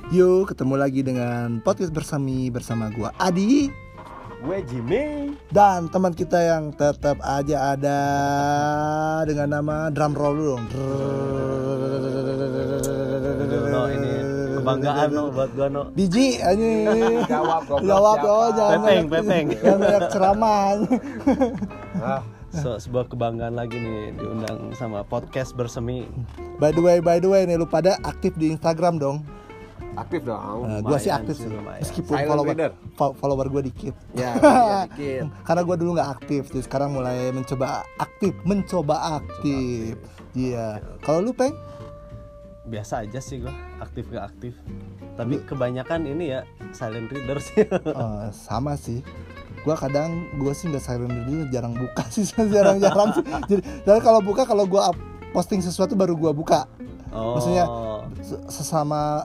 Yuk, ketemu lagi dengan podcast bersama gua Adi, gue Jimmy, dan teman kita yang tetap aja ada dengan nama drum roll dulu dong. No, ini kebanggaan no buat gua no. Biji anjing. Jawab jangan Pepeng. Jangan banyak ceramah. Sebuah kebanggaan lagi nih diundang sama podcast bersemi. By the way nih, lu pada aktif di Instagram dong. Aktif dong. Gua sih aktif sih, lumayan. meskipun Silent follower gue dikit. Ya, dikit. Karena gue dulu nggak aktif, terus sekarang mulai mencoba aktif. Iya. Kalau lu Peng? Biasa aja sih gua, aktif gak aktif. Tapi kebanyakan ini ya silent reader sih. Sama sih. Gue sih nggak silent reader, jarang buka sih, jarang-jarang sih. Jadi kalau buka, kalau gue posting sesuatu baru gue buka. Maksudnya sama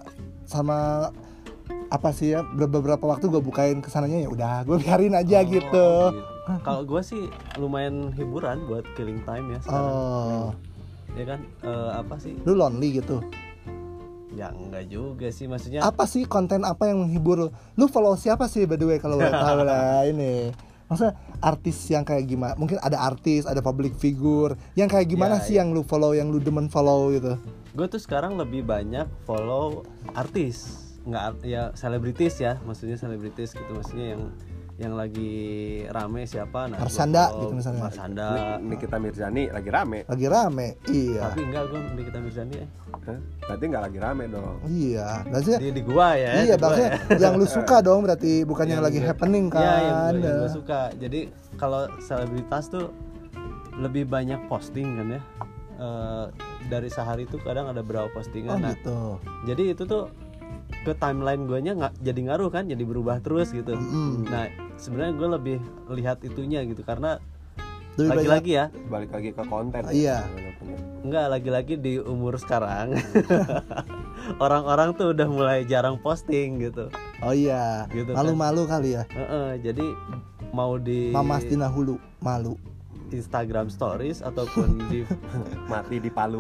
apa sih ya, beberapa waktu gue bukain kesananya, ya udah gue biarin aja gitu. Kalau gue sih lumayan hiburan buat killing time ya sekarang. Ya kan, apa sih? Lu lonely gitu? Ya enggak juga sih, maksudnya. Apa sih konten apa yang menghibur lu? Lu follow siapa sih by the way kalau boleh tahu lah ini? Maksudnya artis yang kayak gimana? Mungkin ada artis, ada public figure yang kayak gimana sih yang lu follow, yang lu demen follow gitu? Gue tuh sekarang lebih banyak follow artis, nggak ya selebritis ya, maksudnya selebritis gitu, maksudnya yang lagi rame siapa? Nah, Marsanda gitu misalnya. Marsanda, Nikita Mirzani lagi rame. Iya. Tapi enggak, gue Nikita Mirzani Berarti nggak lagi rame dong. Iya, berarti di gua ya. Iya, maksudnya yang lu suka dong, berarti bukan yang lagi happening kan? Iya, yang gue suka. Jadi kalau selebritas tuh lebih banyak posting kan ya. Dari sehari tuh kadang ada berapa postingan. Gitu. Jadi itu tuh ke timeline guanya jadi ngaruh kan, jadi berubah terus gitu. Nah sebenarnya gue lebih lihat itunya gitu, karena lagi-lagi ya balik lagi ke konten. Iya. Enggak, lagi-lagi di umur sekarang orang-orang tuh udah mulai jarang posting gitu. Oh iya, gitu malu-malu kan? Kali ya. Jadi mau di Mamas Tina Hulu malu Instagram stories ataupun di mati di Palu.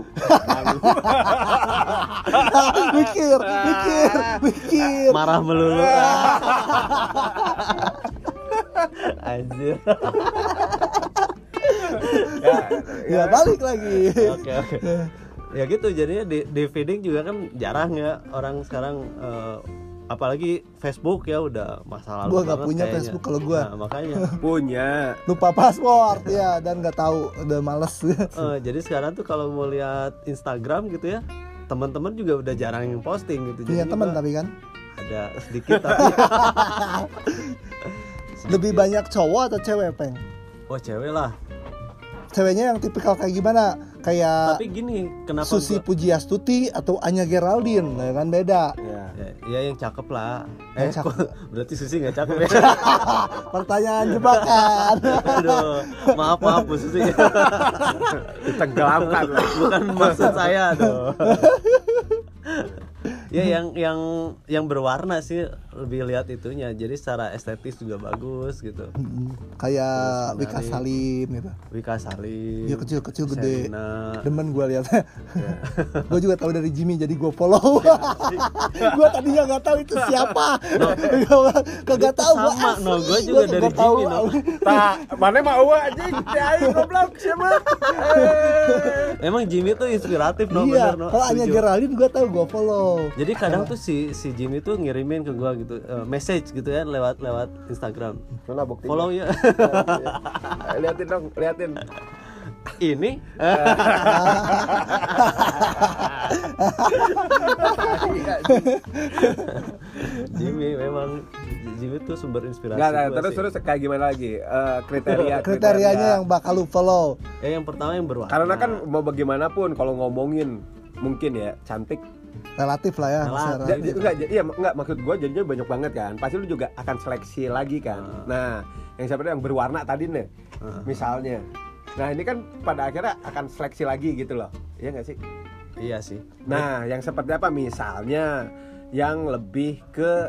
mikir marah melulu. Anjir. ya balik lagi. Oke. Ya gitu, jadinya di feeding juga kan jarang ya orang sekarang, apalagi Facebook ya udah masalah. Gua nggak punya kayaknya Facebook kalau gua. Nah, makanya punya lupa password ya, dan nggak tahu, udah males. Jadi sekarang tuh kalau mau lihat Instagram gitu ya, teman-teman juga udah jarang yang posting gitu. Punya teman tapi kan ada sedikit tapi lebih banyak cowok atau cewek Peng? Oh cewek lah. Ceweknya yang tipikal kayak gimana? Kayak tapi gini, kenapa Susi Pujiastuti atau Anya Geraldine, ya kan beda. Ya yang cakep lah. Berarti Susi nggak cakep ya? Pertanyaan jebakan. Aduh, maaf Bu Susi. Ditenggelamkan lah. Bukan maksud saya aduh. Ya yang berwarna sih lebih lihat itunya. Jadi secara estetis juga bagus gitu. Kayak Wika Salim gitu. Wika Salim. Dia kecil gede. Serina. Demen gue lihat. Gue juga tahu dari Jimmy, jadi gue follow. Gue tadinya nggak tahu itu siapa. Kagak tahu gue. Sama, gue juga dari Jimmy Mana mau anjing? Ayo goblok siapa? Emang Jimmy tuh inspiratif Iya. bener Kalau Anya Geraldine gue tahu, gue follow. Jadi kadang tuh si Jimmy tuh ngirimin ke gua gitu, message gitu kan lewat Instagram. Mana buktinya? Follow ya. Liatin dong, liatin. Ini Jimmy tuh sumber inspirasi. Terus kayak gimana lagi? Kriterianya yang bakal lu follow. Ya yang pertama yang berwarna. Karena kan mau bagaimanapun kalau ngomongin mungkin ya cantik relatif lah ya. Enggak maksud gue jadinya banyak banget kan. Pasti lu juga akan seleksi lagi kan. Nah, yang seperti yang berwarna tadi nih, misalnya. Nah ini kan pada akhirnya akan seleksi lagi gitu loh. Iya nggak sih? Iya sih. Nah, yang seperti apa? Misalnya yang lebih ke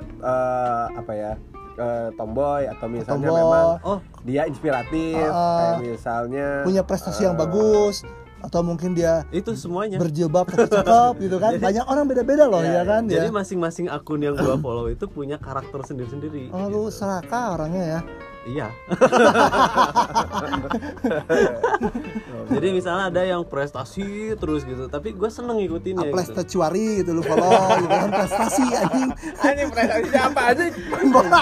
tomboy atau misalnya memang dia inspiratif, kayak misalnya punya prestasi yang bagus. Atau mungkin dia Itu semuanya. berjilbab tapi cakep gitu kan. Banyak orang beda-beda loh ya kan Jadi ya. masing-masing akun yang gua follow itu punya karakter sendiri-sendiri. Oh lu serakah orangnya ya. Iya. Jadi misalnya ada yang prestasi terus gitu, tapi gue seneng ngikutinnya. Aples Gitu. Tecuari gitu lu follow gitu kan, prestasi anjing. Anjing prestasi siapa aja? Bola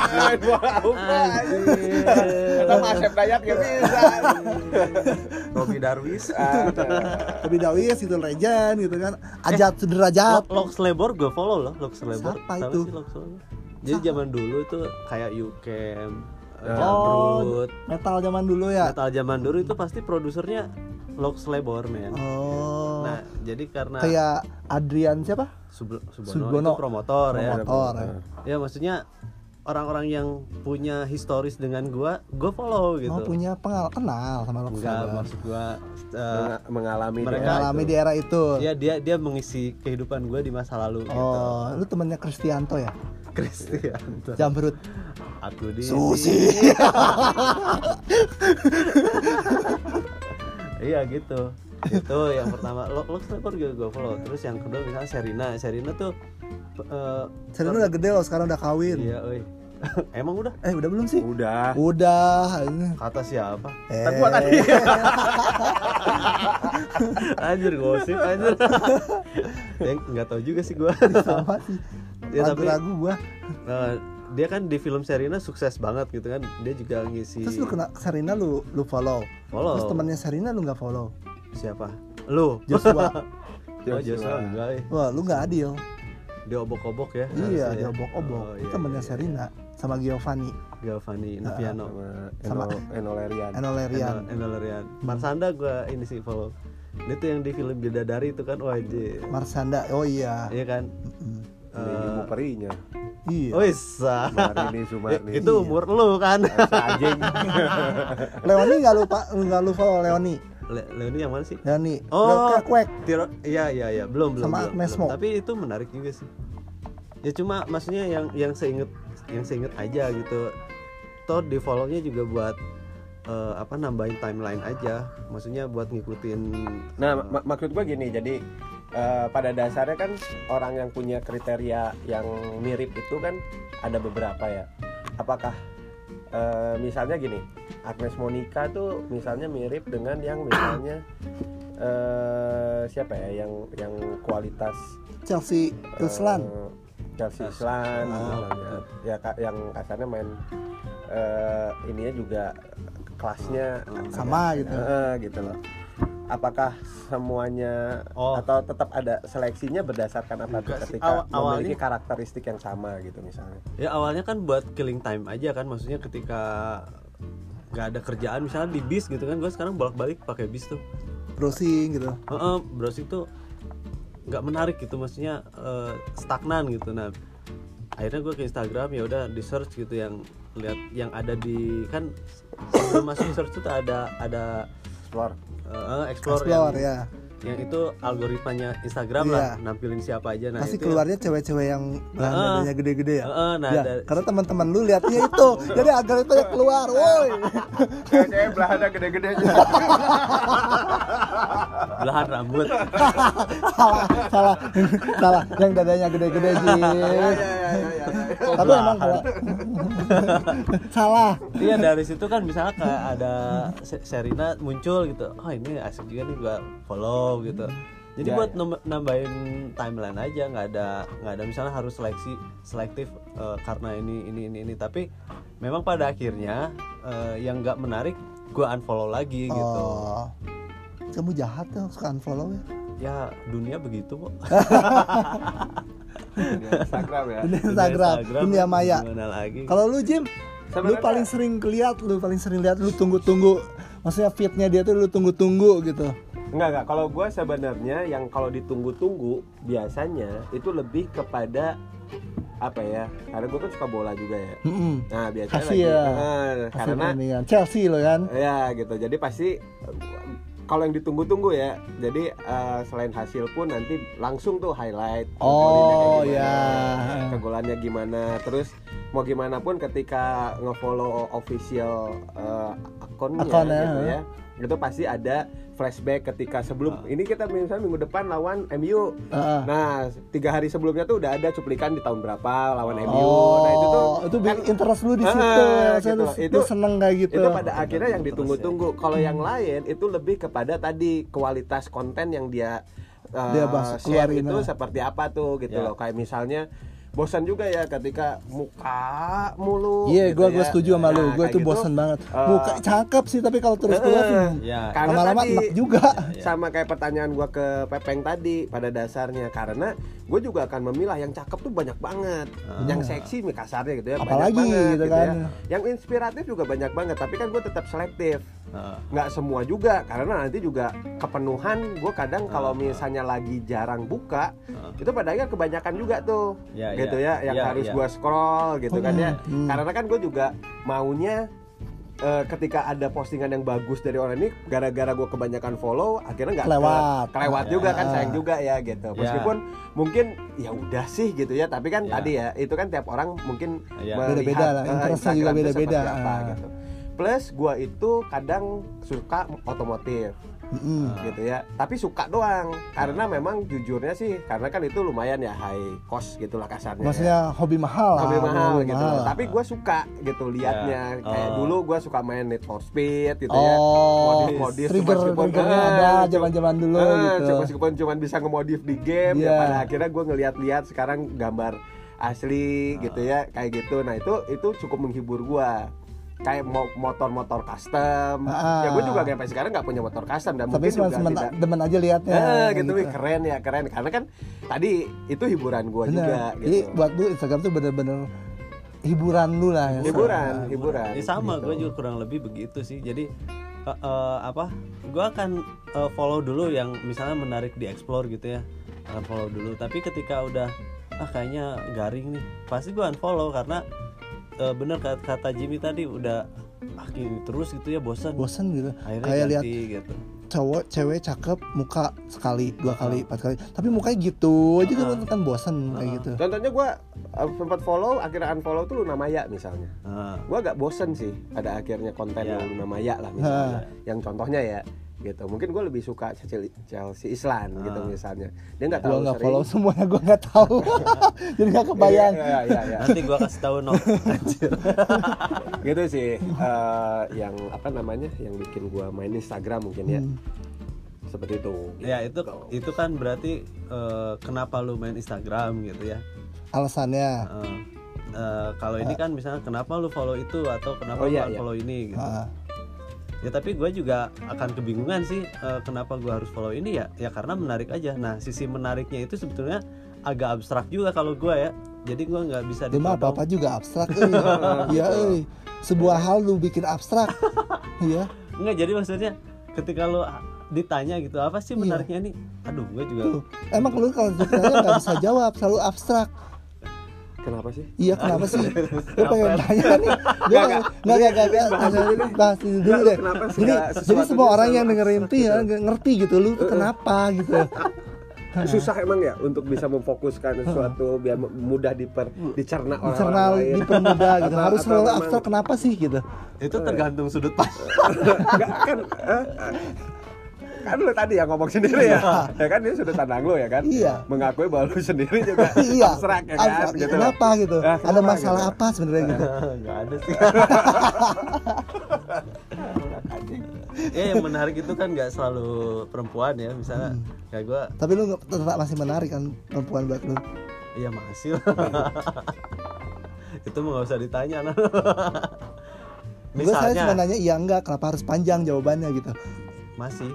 Kita Asep Dayat gak bisa. Robi Darwis. Tapi Dawis gitu legend gitu kan. Ajat Sudrajat. Lox Lebor gue follow loh, Lox Lebor. Siapa itu? Sih Lox Lebor? Jadi zaman dulu tuh kayak Ucam, Oh, Jamrut, metal zaman dulu ya. metal zaman dulu itu pasti produsernya Lox Lebor men. Oh. Nah jadi karena Kayak Adrian siapa? Subono itu promotor ya. Promotor, Ya maksudnya orang-orang yang punya historis dengan gua follow gitu. Oh, punya kenal sama Lox Enggak, Lebor. maksud gua Mengalami mereka Mengalami itu. di era itu. dia mengisi kehidupan gua di masa lalu gitu. Oh, lu temennya Kristianto ya? Kristianto. Jamrut. Aku di Susi. Iya gitu. Itu yang pertama. Lox Lebor juga gua follow. Terus yang kedua misalnya Sherina tuh Serena udah gede loh, sekarang udah kawin. iya, oi. Emang udah? Udah belum sih? Udah. Udah. Kata siapa? Kan gua tadi. Anjir gosip anjir. Yang enggak tahu juga sih gua. Sama sih. Ya, tapi Ragu-ragu gua. dia kan di film Sherina sukses banget gitu kan. Dia juga ngisi. Terus lu kena Serena lu follow. Follow. Terus temannya Serena lu nggak follow. Siapa? Lu. Joshua. Oh, Joshua enggak. Wah, lu nggak adil. Dia obok-obok ya. Iya, harusnya dia ya. obok-obok. Oh, Itu iya, temannya iya. Serena sama Giovanni, Giovanni Noviano. Sama Enolerian. Enolerian. Enolerian. Marsanda gua ini sih follow. Dia tuh yang di film Bidadari itu kan wajib. Marsanda. Oh iya. Iya kan? Ini ibu perinya. Iya. Oh isa. Sumarni. Itu umur lu kan. Anjing. Leoni nggak lu follow Leoni. Leoni yang mana sih? Leoni. Oh, Kwek. Iya, belum. Sama Agnes Mo. Tapi itu menarik juga sih. Ya cuma maksudnya yang seinget aja gitu. Toh di follow-nya juga buat nambahin timeline aja. Maksudnya buat ngikutin. Nah, maksud gua gini, jadi pada dasarnya kan orang yang punya kriteria yang mirip itu kan ada beberapa ya. Apakah misalnya gini, Agnes Monica tuh misalnya mirip dengan yang misalnya siapa ya yang kualitas Chelsea Islan. Chelsea Islan misalnya. Ya yang kasarnya main ininya juga kelasnya Sama gitu. gitu loh. Apakah semuanya Oh. atau tetap ada seleksinya berdasarkan apa tuh Enggak sih. ketika Awalnya- memiliki karakteristik yang sama gitu misalnya? Ya awalnya kan buat killing time aja kan. Maksudnya ketika nggak ada kerjaan misalnya di bis gitu kan. Gue sekarang bolak-balik pakai bis tuh. Browsing gitu. Browsing tuh nggak menarik gitu, maksudnya stagnan gitu. Nah akhirnya gue ke Instagram, ya udah di search gitu, yang lihat yang ada di kan sebelum masuk search tuh ada explore ya. yang itu algoritmanya Instagram Iya. lah, nampilin siapa aja. Nah Pasti itu keluarnya cewek-cewek yang dadanya gede-gede ya. nah Ya, karena teman-teman lu lihatnya itu. Jadi algoritmanya keluar, woi. Kayak belahana gede-gede aja. belahan rambut. salah. Yang dadanya gede-gede sih. Tapi emang kalau salah. Iya, dari situ kan misalnya kayak ada Sherina muncul gitu, oh ini asik juga nih, gua follow gitu. Jadi Ya, buat ya. nambahin timeline aja, nggak ada misalnya harus selektif karena ini. Tapi memang pada akhirnya yang nggak menarik gua unfollow lagi gitu. Oh. Kamu jahat ya, suka unfollow ya. Ya dunia begitu kok. Instagram ya. Dunia Instagram, dunia maya. Gimana lagi? Kalau lu Jim, lu Sebenarnya- paling sering lihat, lu tunggu-tunggu. Maksudnya feednya dia tuh lu tunggu-tunggu gitu. Enggak. Kalau gue sebenarnya yang kalau ditunggu-tunggu biasanya itu lebih kepada apa ya? Karena gue kan suka bola juga ya. Nah biasanya Kasih ya. karena Chelsea lo kan. ya gitu. Jadi pasti kalau yang ditunggu-tunggu ya. Jadi selain hasil pun nanti langsung tuh highlight. Oh kegolannya kayak ya. gimana, kegolannya gimana. Terus mau gimana pun ketika ngefollow official akunnya Akunnya, gitu ya. Itu pasti ada flashback ketika sebelum ini kita misalnya minggu depan lawan MU. Nah 3 hari sebelumnya tuh udah ada cuplikan di tahun berapa lawan MU. Nah itu kan, interest lu di situ. gitu. Itu seneng kayak gitu. Itu pada akhirnya yang ditunggu-tunggu. Kalau yang lain itu lebih kepada tadi kualitas konten yang dia share itu seperti apa tuh gitu loh. Kayak misalnya bosan juga ya ketika muka mulu. Iya, gitu gue setuju sama lu. Gue itu gitu, bosan banget. Muka cakep sih, tapi kalau terus lama-lama enak juga. Sama kayak pertanyaan gue ke Pepeng tadi pada dasarnya, karena gue juga akan memilah yang cakep tuh banyak banget, yang seksi kasarnya gitu ya. Apalagi banyak banget, gitu kan. ya. Yang inspiratif juga banyak banget, tapi kan gue tetap selektif. Nggak semua juga, karena nanti juga kepenuhan. Gue kadang kalau misalnya lagi jarang buka, itu pada akhirnya kebanyakan juga tuh, gitu ya, yang harus gue scroll gitu kan ya. Karena kan gue juga maunya ketika ada postingan yang bagus dari orang ini, gara-gara gue kebanyakan follow, akhirnya nggak kelewat juga kan, sayang juga ya gitu. Meskipun mungkin ya udah sih gitu ya, tapi kan tadi ya itu kan tiap orang mungkin beda-beda lah, interestnya juga beda-beda gitu. Plus gue itu kadang suka otomotif gitu ya, tapi suka doang, karena memang jujurnya sih, karena kan itu lumayan ya high cost gitulah kasarnya. Maksudnya hobi mahal gitu. Tapi gue suka gitu liatnya. Kayak dulu gue suka main Need for Speed gitu ya, modif triggernya ada zaman-zaman dulu gitu. Meskipun cuma bisa ngemodif di game ya, pada akhirnya gue ngeliat-liat sekarang gambar asli gitu ya, kayak gitu. Nah itu cukup menghibur gue. Kayak motor-motor custom, ya gue juga sampai sekarang nggak punya motor custom, dan tapi mungkin juga tidak demen aja liatnya gitu. Keren karena kan tadi itu hiburan gue juga gitu. Jadi buat lu Instagram tuh bener-bener hiburan lu lah ya. Hiburan. Sama gitu. gue juga kurang lebih begitu sih. Jadi gue akan follow dulu yang misalnya menarik di explore gitu ya, akan follow dulu. Tapi ketika udah kayaknya garing nih, pasti gue unfollow, karena bener kata Jimmy tadi, udah gini terus gitu ya, bosan gitu. Akhirnya kayak lihat gitu. Cewek cakep, muka sekali, 2 kali, 4 kali, tapi mukanya gitu aja kan bosan kayak gitu. Contohnya gue sempat follow, akhirnya unfollow tuh Luna Maya misalnya. Gue agak bosen sih pada akhirnya konten Luna Maya lah misalnya. Yang contohnya ya gitu. Mungkin gue lebih suka Chelsea Islan gitu misalnya. Dia nggak terlalu sering. Gue follow semuanya, gue nggak tahu. Jadi nggak kebayang. Iya. Nanti gue kasih tahu anjir. Gitu sih. Yang apa namanya? Yang bikin gue main Instagram mungkin ya. Seperti itu. Ya itu kan berarti kenapa lu main Instagram gitu ya? Alasannya. Kalau ini kan misalnya kenapa lu follow itu, atau kenapa lu follow ini gitu. Ya tapi gue juga akan kebingungan sih, kenapa gue harus follow ini ya karena menarik aja. Nah sisi menariknya itu sebetulnya agak abstrak juga kalau gue ya, jadi gue nggak bisa ditodong. Apa juga abstrak ya sebuah hal lu bikin abstrak. Iya nggak, jadi maksudnya ketika lu ditanya gitu apa sih menariknya nih, aduh gue juga emang lu kalau ditanya nggak bisa jawab, selalu abstrak. Kenapa sih? Iya kenapa sih? Gue pengen tanya nih. Gue bahas ini dulu deh. Jadi semua orang yang dengerin tuh ya ngerti gitu, lu tuh kenapa gitu. Susah emang ya untuk bisa memfokuskan sesuatu biar mudah dicerna orang lain. Dipermudah gitu. Harus selalu abstrak, kenapa sih gitu. Itu tergantung sudut pandang. Kan lu tadi yang ngomong sendiri ya kan, dia sudah pandang lu ya kan, mengakui bahwa lu sendiri juga abstrak ya kan, gitu. Kenapa gitu, ada masalah gitu? Apa sebenarnya gitu? Nggak ada sih. Yang menarik itu kan nggak selalu perempuan ya, misalnya kayak gue. Tapi lu tetap masih menarik kan perempuan buat lu? Iya masih. Itu nggak usah ditanya. Misalnya, saya cuma nanya iya enggak, kenapa harus panjang jawabannya gitu. Masih.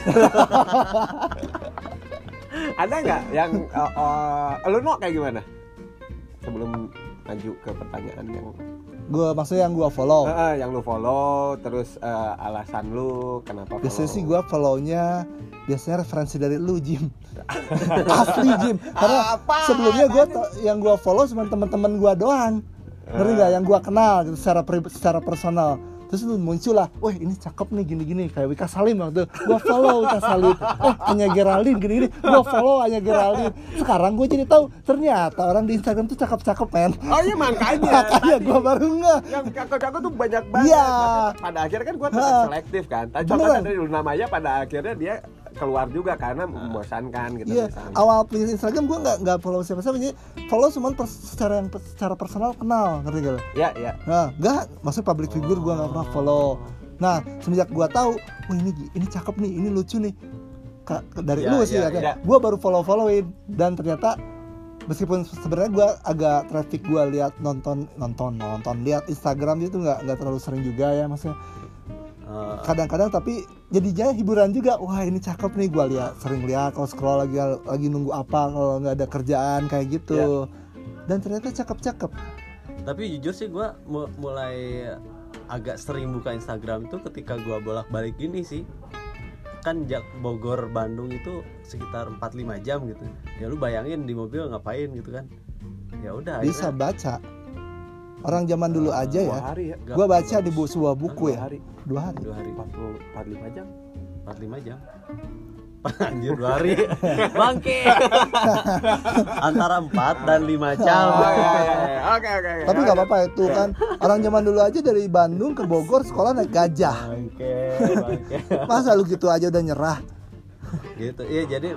Ada nggak yang lu kayak gimana? Sebelum lanjut ke pertanyaan yang maksudnya yang gue follow. Yang lu follow, terus alasan lu kenapa follow? Biasanya sih gue follownya biasanya referensi dari lu, Jim. Asli Jim. Karena sebelumnya yang gue follow cuma teman-teman gue doang. Ngerti nggak? Yang gue kenal gitu, secara personal. Terus muncul lah, wah ini cakep nih gini-gini, kayak Wika Salim waktu gue follow Wika Salim, Anya Geraldine gini-gini, gue follow Anya Geraldine. Sekarang gue jadi tahu ternyata orang di Instagram tuh cakep-cakep men. Oh iya makanya gue baru nggak. Yang cakep-cakep tuh banyak banget. Iya. Pada akhirnya kan gue tetap selektif kan. Contohnya dari Luna Maya pada akhirnya dia keluar juga karena membosankan gitu. Iya. Awal punya Instagram gue nggak follow siapa-siapa, jadi follow cuma secara personal kenal, ngerti gak? Iya. Nah, nggak, maksud public figure gue nggak pernah follow. Nah, semenjak gue tahu, wah ini cakep nih, ini lucu nih, dari lu sih ya. Gue baru followin dan ternyata meskipun sebenarnya gue agak traffic gue lihat nonton lihat Instagram itu nggak terlalu sering juga ya, maksudnya kadang-kadang, tapi jadinya hiburan juga. Wah ini cakep nih, gue sering lihat kalau scroll lagi nunggu apa kalau nggak ada kerjaan kayak gitu. Dan ternyata cakep. Tapi jujur sih gue mulai agak sering buka Instagram tuh ketika gue bolak-balik gini sih. Kan Bogor Bandung itu sekitar 4-5 jam gitu. Ya lu bayangin di mobil ngapain gitu kan. Ya udah bisa baca. Orang zaman dulu aja ya. Gue baca di sebuah buku ya. 2 hari. 45 jam. 45 jam. Anjir 2 hari. Bangke. Antara 4 dan 5 jam. Oke. Tapi enggak apa-apa itu kan. Orang zaman dulu aja dari Bandung ke Bogor sekolah naik gajah. Bangke. Masa lu gitu aja udah nyerah? Gitu. Iya jadi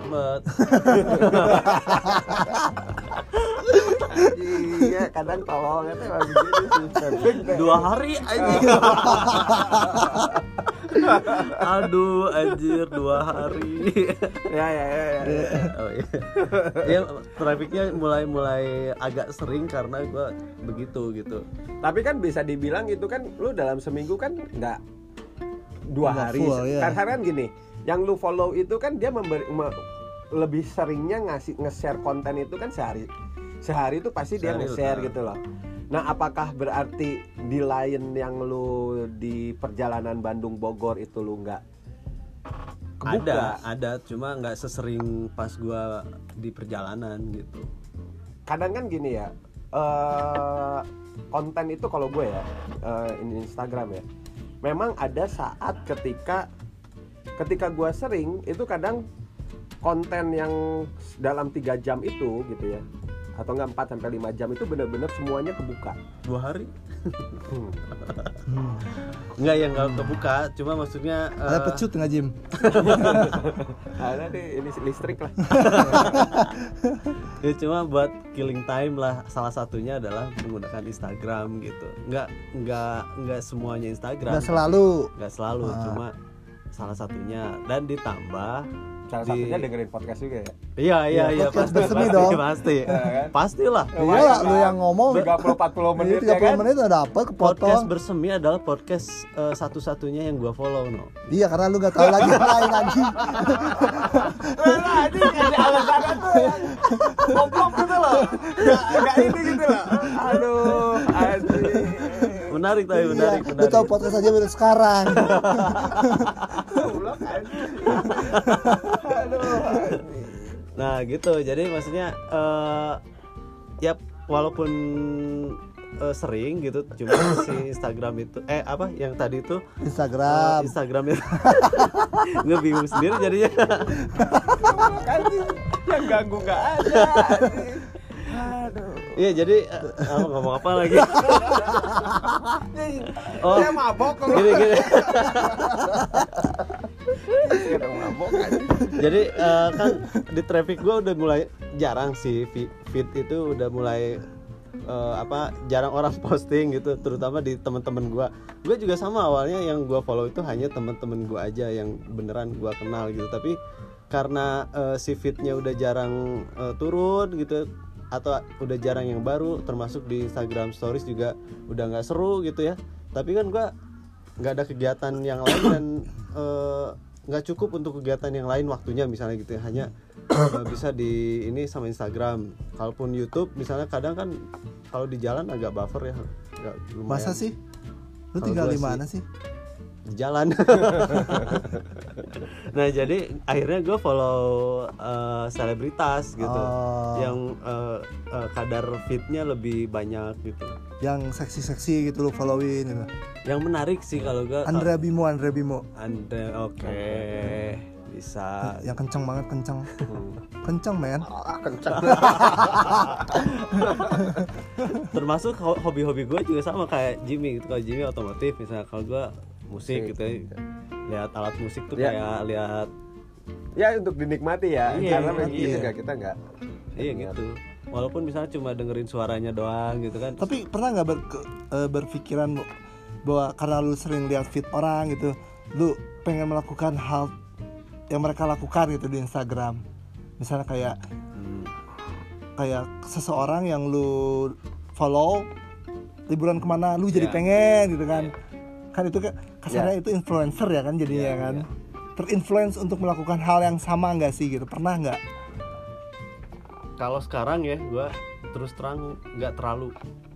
iya kadang tolongnya tuh begini 2 hari aja. Aduh anjir 2 hari. Ya. Oh iya. Ya trafiknya mulai agak sering karena gua begitu gitu. Tapi kan bisa dibilang itu kan lu dalam seminggu kan nggak 2 hari. Full, ya. Karena kan gini, yang lu follow itu kan dia lebih seringnya nge-share konten itu kan sehari itu pasti dia nge-share gitu loh. Nah, apakah berarti di lain yang lu di perjalanan Bandung Bogor itu lu nggak kebuka? Ada, cuma nggak sesering pas gua di perjalanan gitu. Kadang kan gini ya, konten itu kalau gue ya, ini Instagram ya, memang ada saat ketika gue sering itu kadang konten yang dalam 3 jam itu gitu ya, atau enggak 4-5 jam itu benar-benar semuanya kebuka 2 hari. Enggak yang enggak kebuka, cuma maksudnya ada pecut nggak Jim? Ada deh, ini listrik lah. Ya cuma buat killing time lah, salah satunya adalah menggunakan Instagram gitu. Enggak semuanya Instagram. Nggak selalu. Cuma salah satunya, dan ditambah salah satunya dengerin podcast juga ya. Iya, pasti. Pastilah. Iya, lu yang ngomong 30-40 menit 30 ya kan. menit udah dapat kepotong. Podcast Bersemi adalah podcast satu-satunya yang gua follow, no. Iya, karena lu enggak tahu lagi yang lain anjing. Anjing ada alasan tuh yang goblok gitu loh. Enggak ini gitu loh. Aduh, anjing. Menarik. Lu tahu podcast aja baru sekarang. Goblok anjing. Nah gitu, jadi maksudnya ya walaupun sering gitu, cuma si Instagram itu yang tadi itu Instagram itu gue bingung sendiri jadinya. Yang ganggu nggak ada. Aduh. Iya jadi ngomong apa lagi? Dia mabok kok. Gini. Jadi kan di traffic gue udah mulai jarang sih, feed itu udah mulai jarang orang posting gitu, terutama di teman-teman gue. Gue juga sama, awalnya yang gue follow itu hanya teman-teman gue aja yang beneran gue kenal gitu. Tapi karena si feednya udah jarang turun gitu, atau udah jarang yang baru, termasuk di Instagram Stories juga udah nggak seru gitu ya. Tapi kan gue nggak ada kegiatan yang lain dan nggak cukup untuk kegiatan yang lain waktunya misalnya gitu ya, hanya bisa di ini sama Instagram. Kalaupun YouTube misalnya kadang kan kalau di jalan agak buffer ya, agak lumayan. Masa sih? Lu tinggal di mana sih? di jalan. Nah jadi akhirnya gue follow selebritas gitu, yang kadar feednya lebih banyak gitu, yang seksi-seksi gitu lo followin gitu. Yang menarik sih kalau gue Andrea Bimo oke. Bisa yang kenceng banget, kenceng men. Kencang. Termasuk hobi-hobi gue juga sama kayak Jimmy gitu. Kalau Jimmy otomotif misalnya, kalau gue musik gitu ya. Lihat alat musik tuh kayak lihat ya untuk dinikmati ya. Karena iya. juga kita nggak gitu. Walaupun misalnya cuma dengerin suaranya doang gitu kan. Tapi pernah nggak berpikiran bahwa karena lu sering lihat feed orang gitu, lu pengen melakukan hal yang mereka lakukan gitu di Instagram? Misalnya kayak seseorang yang lu follow liburan kemana, lu jadi pengen gitu kan? Kan itu kasarnya itu influencer ya kan jadinya kan? Terinfluence untuk melakukan hal yang sama nggak sih gitu? Pernah nggak? Kalau sekarang ya gue terus terang nggak terlalu.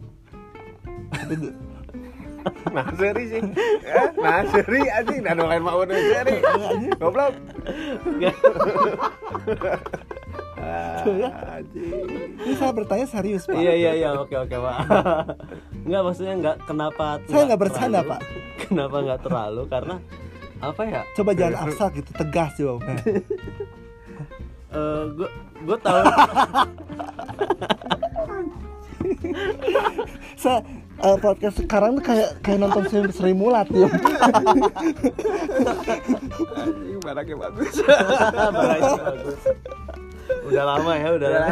Naseri sih. Naseri anjing dan lain mau Naseri. Goblok. Ini saya bertanya serius Pak. Iya oke Pak. Enggak, maksudnya enggak, kenapa saya nggak bercanda Pak. Kenapa nggak terlalu, karena apa ya, coba jangan abstrak gitu, tegas jawabnya. Gue tahu. Saya podcast sekarang tuh kayak nonton Sri Mulat ya. Barangnya bagus. Udah lama ya.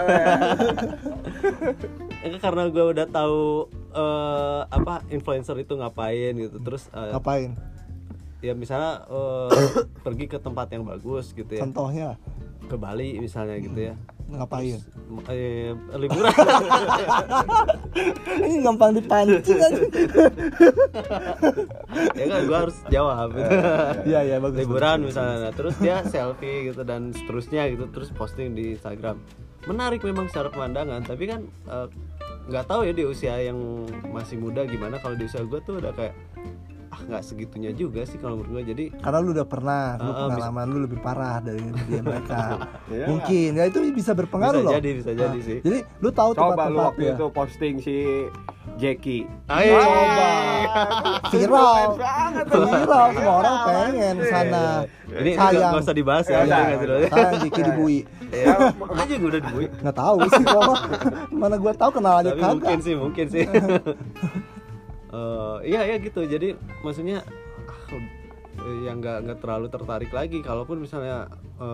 Itu karena gue udah tahu influencer itu ngapain gitu. Terus Ngapain? Ya misalnya pergi ke tempat yang bagus gitu ya. Contohnya Ke Bali misalnya gitu ya. Ngapain? Liburan. Ini gampang dipancing aja. Ya kan gue harus jawab. Iya bagus. Liburan misalnya, terus dia selfie gitu dan seterusnya gitu, terus posting di Instagram. Menarik memang secara pemandangan, tapi kan nggak tahu ya di usia yang masih muda gimana. Kalau di usia gue tuh udah kayak nggak segitunya juga sih kalau menurut gue. Jadi karena lu udah pernah, lu pengalaman lu lebih parah dari mereka. Mungkin ya itu bisa berpengaruh loh. Bisa jadi sih. Jadi lu tahu tempat-tempat lu waktu ya. itu posting si Jackie. Viral semua orang pengen sana. Ini nggak usah dibahas ya. Sayang Jackie di Bui. Aja gue udah di Bui. Nggak tahu sih kok. Mana gue tahu kenal aja kagak. Mungkin sih. Iya gitu. Jadi maksudnya yang nggak terlalu tertarik lagi. Kalaupun misalnya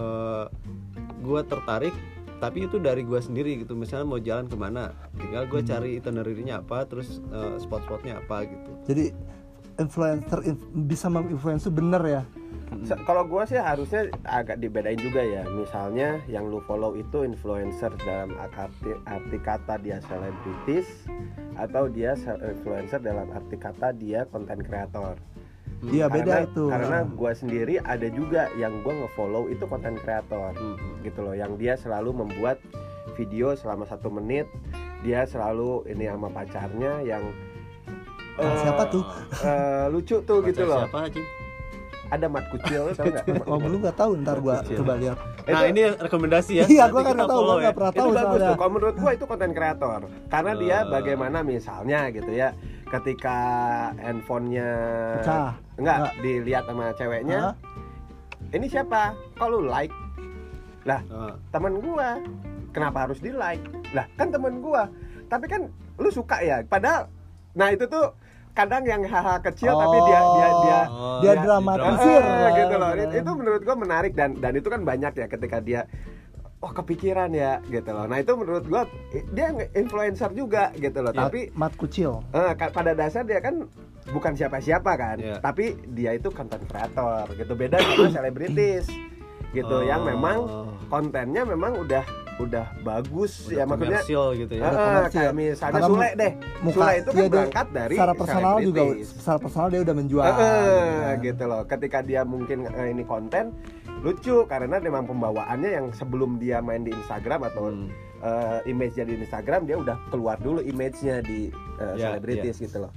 gue tertarik, tapi itu dari gue sendiri gitu. Misalnya mau jalan kemana, tinggal gue cari itinerary-nya apa, terus spot-spotnya apa gitu. Jadi influencer bisa menginfluence itu bener ya. Kalau gue sih harusnya agak dibedain juga ya. Misalnya yang lu follow itu influencer dalam arti kata dia selebritis, atau dia influencer dalam arti kata dia konten kreator. Iya beda itu. Karena gue sendiri ada juga yang gue ngefollow itu konten kreator, gitu loh. Yang dia selalu membuat video selama 1 menit. Dia selalu ini sama pacarnya yang siapa tuh? Lucu tuh gitu loh. Siapa aja? Ada Mat Kucil, tau nggak? Oh belum nggak tahu, ntar gua coba lihat. Nah ini rekomendasi ya. Iya gua kan nggak tahu, gua nggak pernah tahu. Itu bagus tuh. Kalau menurut gua itu konten kreator, karena dia bagaimana misalnya gitu ya, ketika handphonenya pecah, enggak dilihat sama ceweknya, ini siapa? Kalau like, lah teman gua, kenapa harus di like? Lah kan teman gua, tapi kan lu suka ya, padahal, nah itu tuh kadang yang hal-hal kecil tapi dia dramatisir gitu loh. Itu menurut gua menarik dan itu kan banyak ya ketika dia kepikiran ya gitu loh. Nah itu menurut gua dia influencer juga gitu loh. Tapi Mat Kucil pada dasar dia kan bukan siapa-siapa kan, tapi dia itu konten kreator gitu. Beda sama selebritis gitu yang memang kontennya memang udah bagus ya, maksudnya gitu ya. Kayak misalnya Sule deh. Sule itu kan berangkat dari secara personal juga, secara personal dia udah menjual gitu loh. Ketika dia mungkin ini konten lucu karena memang pembawaannya yang sebelum dia main di Instagram atau image-nya di Instagram, dia udah keluar dulu image-nya di selebritis gitu loh.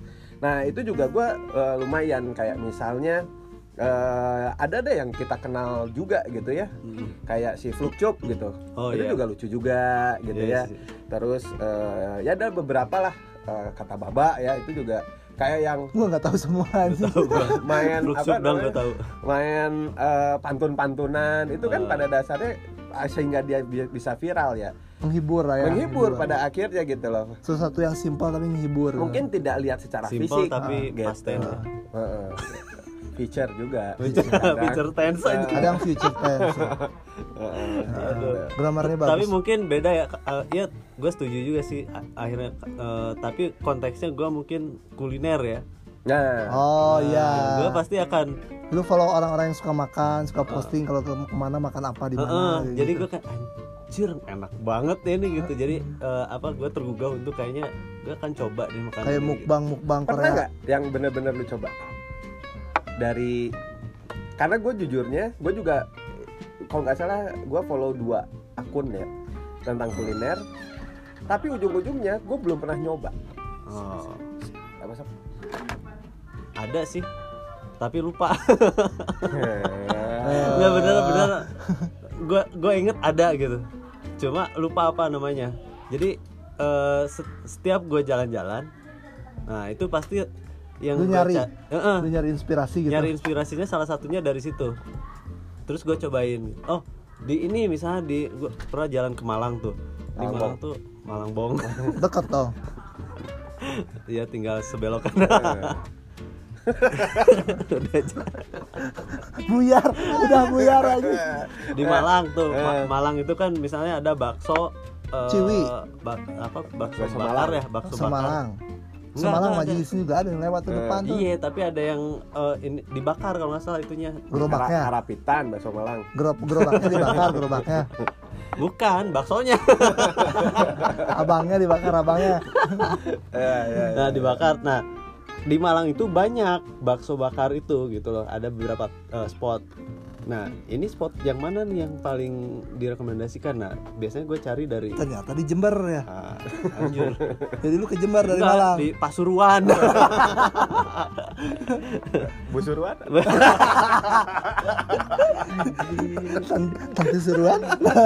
Nah itu juga gue lumayan kayak misalnya ada deh yang kita kenal juga gitu ya, kayak si Flukcup gitu. Itu juga lucu juga gitu ya. Terus ya ada beberapa lah kata Baba ya, itu juga kayak yang gua nggak tahu semua main apa namanya, tahu. main pantun-pantunan itu kan pada dasarnya sehingga dia bisa viral ya, menghibur lah ya, menghibur pada akhirnya gitu loh. sesuatu yang simpel tapi menghibur. Mungkin tidak lihat secara Simple fisik tapi gitu. pasten. Feature juga Feature tense aja. Ada yang future tense. Grammarnya bagus. Tapi mungkin beda ya. Ya gue setuju juga sih akhirnya. Tapi konteksnya gue mungkin kuliner ya. Nah, oh iya. Gue pasti akan. Lu follow orang-orang yang suka makan, suka posting kalau kemana makan apa di mana. Jadi gue kayak anjir enak banget ya ini gitu. Jadi gue tergugah untuk kayaknya gue akan coba deh makan. Kayak mukbang pernah Korea. nggak yang bener-bener lu coba? Dari karena gue jujurnya gue juga kalau nggak salah gue follow 2 akun ya tentang kuliner, tapi ujung-ujungnya gue belum pernah nyoba. Apa sih? Ada sih, tapi lupa. Nggak bener-bener. Gue inget ada gitu, cuma lupa apa namanya. Jadi setiap gue jalan-jalan, nah itu pasti yang lu nyari inspirasi gitu. Nyari inspirasinya salah satunya dari situ. Terus gue cobain. Oh, di ini misalnya gue pernah jalan ke Malang tuh. Di Malang tuh Malangbong. Dekat toh. Iya, tinggal sebelokan. udah buyar lagi. Di Malang tuh. Malang itu kan misalnya ada bakso Ciwi. Bakso bakar ya, bakso bakar. Malang. Semalang majelis juga ada yang lewat tuh depan tuh. Iya, tapi ada yang ini dibakar kalau nggak salah itunya. Gerobaknya. Harapitan bakso Malang. Gerobaknya dibakar, gerobaknya. Bukan, baksonya. Abangnya dibakar, abangnya. Nah, dibakar. Nah, di Malang itu banyak bakso bakar itu gitu loh. Ada beberapa spot. Nah, ini spot yang mana nih yang paling direkomendasikan? Nah, biasanya gue cari dari. Ternyata di Jember ya. Anjir. Jadi lu ke Jember dari Enggak, Malang. di Pasuruan. Busuruan? Tante Suruan.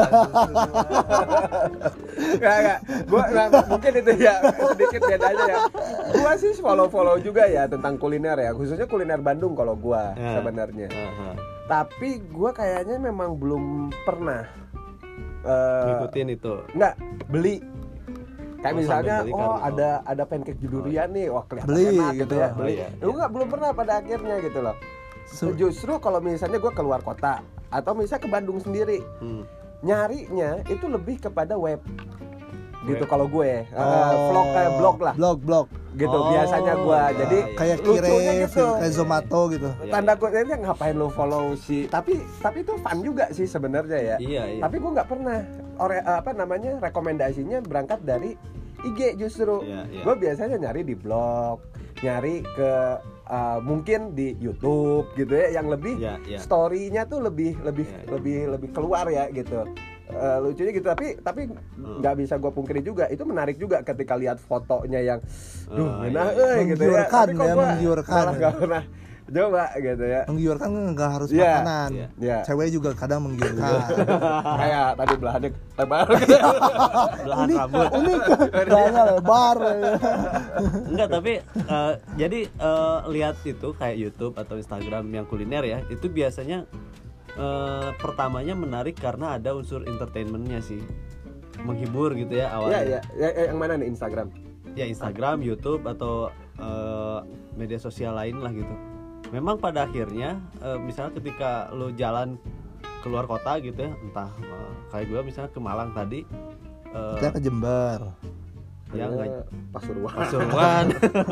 Enggak. Gua mungkin itu ya sedikit bedanya ya. Gua sih follow juga ya tentang kuliner ya, khususnya kuliner Bandung kalau gua sebenarnya. Tapi gue kayaknya memang belum pernah ngikutin itu. Enggak, beli. Kayak misalnya beli ada pancake durian nih, wah kelihatan beli enak gitu ya. Oh, Beli. Enggak, belum pernah pada akhirnya gitu loh. Justru kalau misalnya gue keluar kota atau misalnya ke Bandung sendiri, nyarinya itu lebih kepada web. Gitu kalau gue, vlog kayak blog lah. Blog. Gitu biasanya gua. Jadi kayak lucunya Kire gitu. kayak Zomato gitu. Tanda kutipnya ngapain lu follow sih? Tapi itu fun juga sih sebenarnya ya. Iya. Tapi gua nggak pernah rekomendasinya berangkat dari IG justru. Iya. Gua biasanya nyari di blog, nyari ke mungkin di YouTube gitu ya, yang lebih story-nya tuh lebih keluar ya gitu. Lucunya gitu, tapi nggak bisa gue pungkiri juga itu menarik juga ketika lihat fotonya yang gitu ya. Tapi kok gue malah nggak pernah coba gitu ya. Menggiurkan nggak harus makanan. Cewek juga kadang menggiurkan. Kayak tadi belahannya lebar. Belahan rambut. Unik. Belahnya lebar. Enggak, tapi jadi lihat itu kayak YouTube atau Instagram yang kuliner ya, itu biasanya pertamanya menarik karena ada unsur entertainmentnya sih, menghibur gitu ya awalnya. Ya, yang mana nih Instagram? Ya Instagram, YouTube atau media sosial lain lah gitu. Memang pada akhirnya misalnya ketika lo jalan keluar kota gitu ya, entah kayak gue misalnya ke Malang tadi, kita ke Jember. Ya Pasuruan.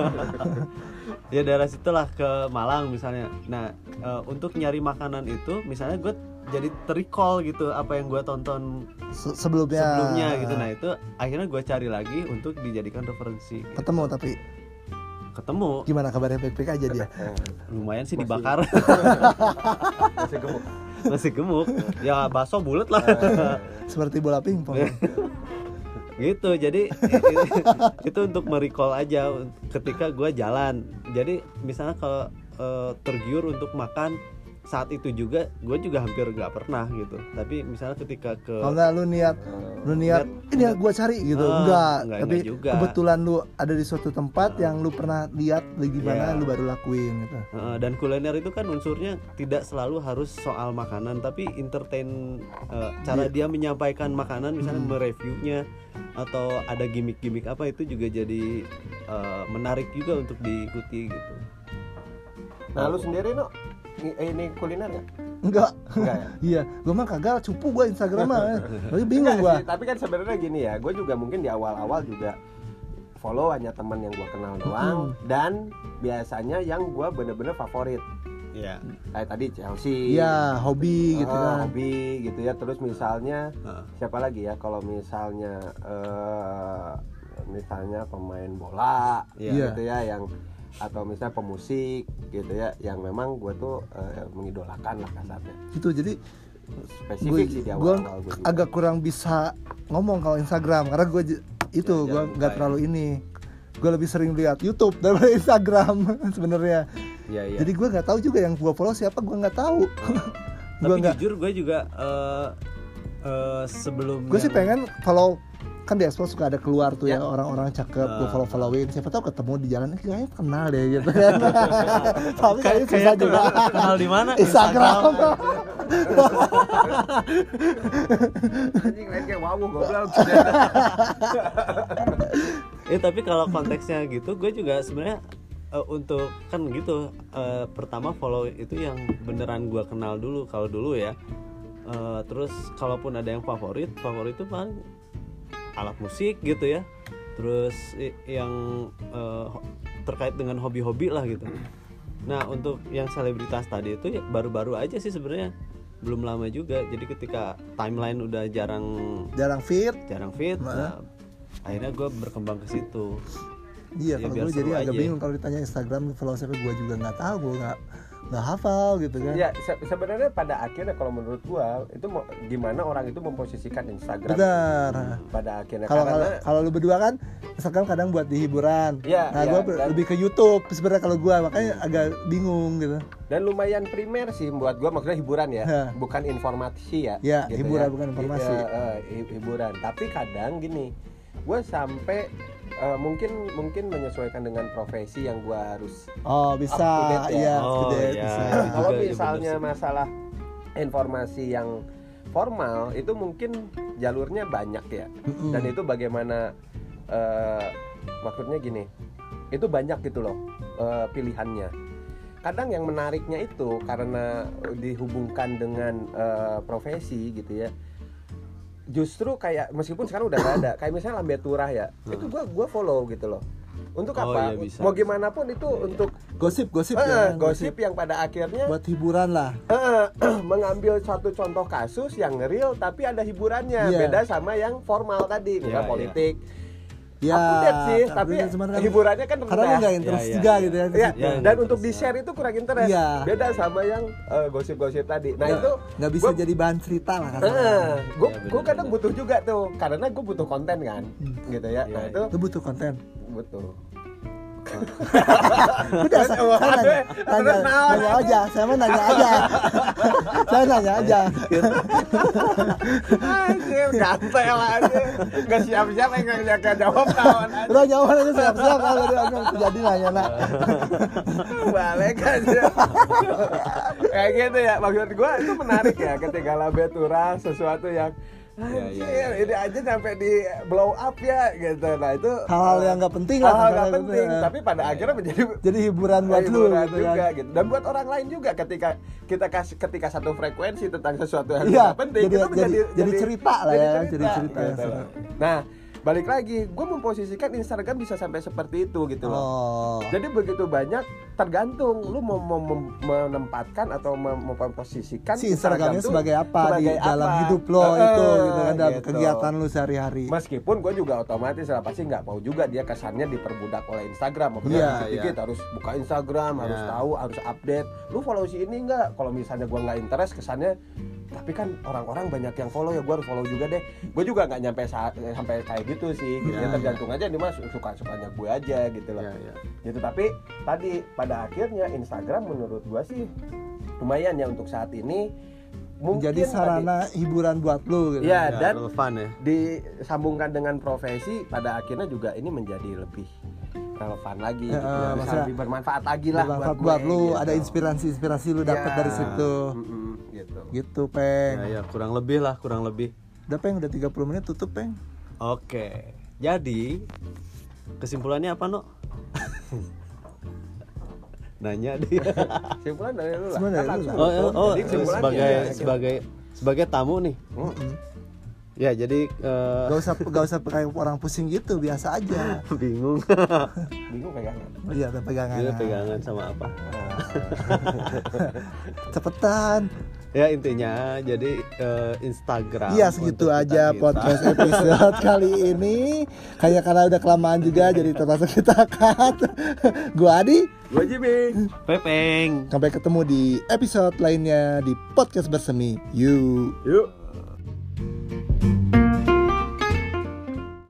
Ya daerah situlah ke Malang misalnya. Nah untuk nyari makanan itu misalnya gue jadi terrecall gitu apa yang gue tonton sebelumnya gitu. Nah itu akhirnya gue cari lagi untuk dijadikan referensi gitu. Ketemu. Gimana kabarnya, baik-baik aja dia? Lumayan sih dibakar. Masih gemuk. Ya bakso bulat lah. Seperti bola pingpong. gitu. Jadi itu untuk merecall aja ketika gue jalan. Jadi misalnya kalau tergiur untuk makan saat itu juga, gue juga hampir nggak pernah gitu. Tapi misalnya ketika kalau nggak lu niat ini ya gue cari gitu, enggak tapi juga. Kebetulan lu ada di suatu tempat yang lu pernah lihat gimana, lu baru lakuin gitu. Dan kuliner itu kan unsurnya tidak selalu harus soal makanan, tapi entertain, cara dia menyampaikan makanan, misalnya mereviewnya atau ada gimmick-gimmick apa, itu juga jadi menarik juga untuk diikuti gitu. Nah lu sendiri no ini kuliner nggak? Enggak ya? Iya, gue mah kagak cupu gue Instagram mah, tapi bingung gue. Tapi kan sebenarnya gini ya, gue juga mungkin di awal-awal juga follow hanya teman yang gue kenal doang, dan biasanya yang gue bener-bener favorit. Iya. Kayak tadi Chelsea. Iya, hobi gitu kan. Hobi gitu ya. Terus misalnya siapa lagi ya? Kalau misalnya pemain bola, gitu ya, yang atau misalnya pemusik gitu ya, yang memang gue tuh mengidolakan lah kasarnya. Gitu, jadi spesifik sih di awal-awal gue agak kurang bisa ngomong kalau Instagram karena gue gue nggak terlalu ini. Gue lebih sering lihat YouTube daripada Instagram sebenarnya. Iya. Jadi gue nggak tahu juga yang gue follow siapa, gue nggak tahu. Tapi jujur gue juga sebelum gue sih pengen follow, kan di Expo suka ada keluar tuh ya orang-orang cakep, gue follow-followin, siapa tahu ketemu di jalan, kayaknya kenal deh gitu kan. Tapi kayaknya susah juga. Kenal di mana? Instagram. Anjing lain kayak wow goblok. Tapi kalau konteksnya gitu, gue juga sebenarnya untuk kan gitu, pertama follow itu yang beneran gue kenal dulu kalau dulu ya. Terus kalaupun ada yang favorit itu paling alat musik gitu ya, terus yang terkait dengan hobi-hobi lah gitu. Nah untuk yang selebritas tadi itu ya baru-baru aja sih sebenarnya, belum lama juga. Jadi ketika timeline udah jarang fit, nah, akhirnya gue berkembang ke situ. Iya, kalau gue jadi agak bingung kalau ditanya Instagram follow siapa, gue juga nggak tahu, gue nggak hafal gitu kan. Ya sebenarnya pada akhirnya kalau menurut gua itu gimana orang itu memposisikan Instagram. Benar. Pada akhirnya kalau lu berdua kan Instagram kadang buat di hiburan. Ya, nah gua lebih ke YouTube sebenarnya kalau gua, makanya agak bingung gitu. Dan lumayan primer sih buat gua, maksudnya hiburan ya, bukan informasi ya. Ya gitu hiburan ya. Bukan informasi. Hiburan. Tapi kadang gini, gua sampai mungkin menyesuaikan dengan profesi yang gua harus bisa ya. Kalau misalnya masalah informasi yang formal itu mungkin jalurnya banyak ya, dan itu bagaimana maksudnya gini, itu banyak gitu loh pilihannya. Kadang yang menariknya itu karena dihubungkan dengan profesi gitu ya, justru kayak meskipun sekarang udah gak ada, kayak misalnya Lambe Turah ya, itu gua follow gitu loh. Untuk apa? Iya, bisa, mau gimana pun itu untuk gosip gosip yang pada akhirnya buat hiburan lah. Mengambil suatu contoh kasus yang real tapi ada hiburannya, beda sama yang formal tadi, misalnya politik. Update sih, tapi hiburannya kan rendah. Karena nggak interest juga gitu ya. Dan untuk di share itu kurang interest. Beda sama yang gosip-gosip tadi. Nah itu nggak bisa jadi bahan cerita lah. Gue kadang butuh juga tuh, karena gue butuh konten kan, gitu ya. Nah itu butuh konten. Butuh. Udah, saya nanya aja. Saya nanya aja. Anjir, gantel aja. Gak siap-siap enggak jawab kawan aja. Udah jawab aja siap-siap kalau jadi nanya nak. Balik aja. Kayak gitu ya. Maksud gue itu menarik ya ketika Lambe Turah sesuatu yang anjir, ini aja sampai di blow up ya gitu. Nah itu hal-hal yang nggak penting lah. Hal nggak penting, tapi pada akhirnya jadi hiburan buat lu gitu juga, kan. gitu. Dan buat orang lain juga ketika satu frekuensi tentang sesuatu yang nggak penting, itu jadi cerita lah ya, jadi cerita. Gitu. Nah balik lagi, gue memposisikan Instagram bisa sampai seperti itu gitu loh. Jadi begitu banyak, tergantung lu mau menempatkan atau memposisikan si Instagramnya sebagai apa di dalam hidup lo itu gitu kan, dalam kegiatan lu sehari-hari. Meskipun gue juga otomatis lah pasti nggak mau juga dia kesannya diperbudak oleh Instagram. Maksudnya dikit harus buka Instagram, harus tahu, harus update. Lu follow si ini nggak? Kalau misalnya gue nggak interest, kesannya tapi kan orang-orang banyak yang follow ya, gue harus follow juga deh. Gue juga nggak nyampe sampai kayak gitu sih, gitu. Ya, tergantung aja nih mas, suka-sukanya gue aja gitu loh. Gitu. Tapi tadi pada akhirnya Instagram menurut gue sih lumayan ya untuk saat ini. Menjadi sarana hiburan buat lu gitu. Ya, dan relevan ya. Disambungkan dengan profesi, pada akhirnya juga ini menjadi lebih relevan lagi gitu. Bisa lebih bermanfaat lagi lah buat lu, gitu. ada inspirasi lu dapat dari situ. Gitu. Gitu, Peng. Ya, kurang lebih. Udah, Peng, udah 30 menit tutup, Peng. Oke. Jadi kesimpulannya apa, No? Nanya dia. Kesimpulan dari lu lah. Jadi sebagai tamu nih. Ya, jadi Gak usah kayak orang pusing gitu, biasa aja. bingung pegangan. Iya, ada pegangan. Dia pegangan sama apa? Cepetan. Ya intinya jadi Instagram. Iya, segitu aja podcast episode kali ini. Kayak karena udah kelamaan juga jadi terpaksa kita cut. Gua Adi, Gua Jimmy, Pepeng. sampai ketemu di episode lainnya di podcast bersemi. Yuk.